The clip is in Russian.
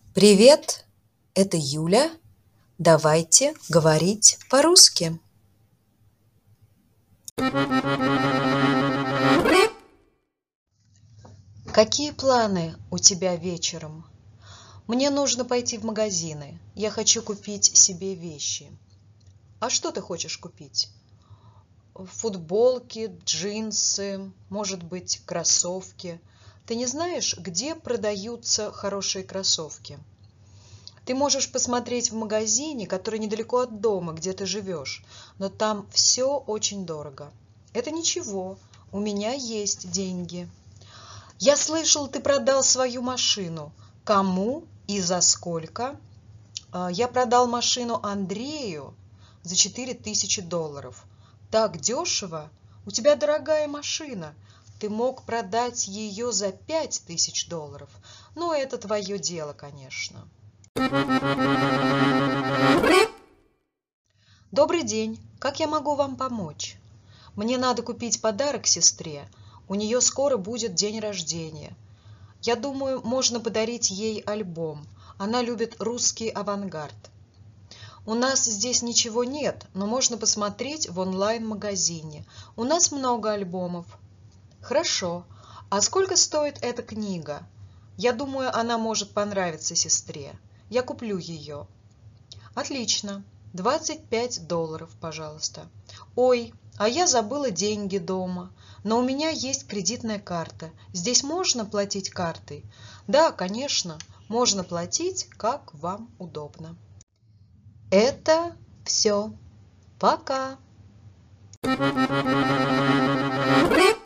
Привет, это Юля. Давайте говорить по-русски. Какие планы у тебя вечером? Мне нужно пойти в магазины. Я хочу купить себе вещи. А что ты хочешь купить? Футболки, джинсы, может быть, кроссовки. Ты не знаешь, где продаются хорошие кроссовки? Ты можешь посмотреть в магазине, который недалеко от дома, где ты живешь, но там все очень дорого. Это ничего, у меня есть деньги. Я слышал, ты продал свою машину. Кому и за сколько? Я продал машину Андрею за $4000. Так дешево? У тебя дорогая машина. Ты мог продать ее за $5000. Но это твое дело, конечно. Добрый день, как я могу вам помочь? Мне надо купить подарок сестре. У нее скоро будет день рождения. Я думаю, можно подарить ей альбом. Она любит русский авангард. У нас здесь ничего нет, но можно посмотреть в онлайн-магазине. У нас много альбомов. Хорошо. А сколько стоит эта книга? Я думаю, она может понравиться сестре. Я куплю ее. Отлично. $25, пожалуйста. Ой, а я забыла деньги дома. Но у меня есть кредитная карта. Здесь можно платить картой? Да, конечно, можно платить, как вам удобно. Это все. Пока.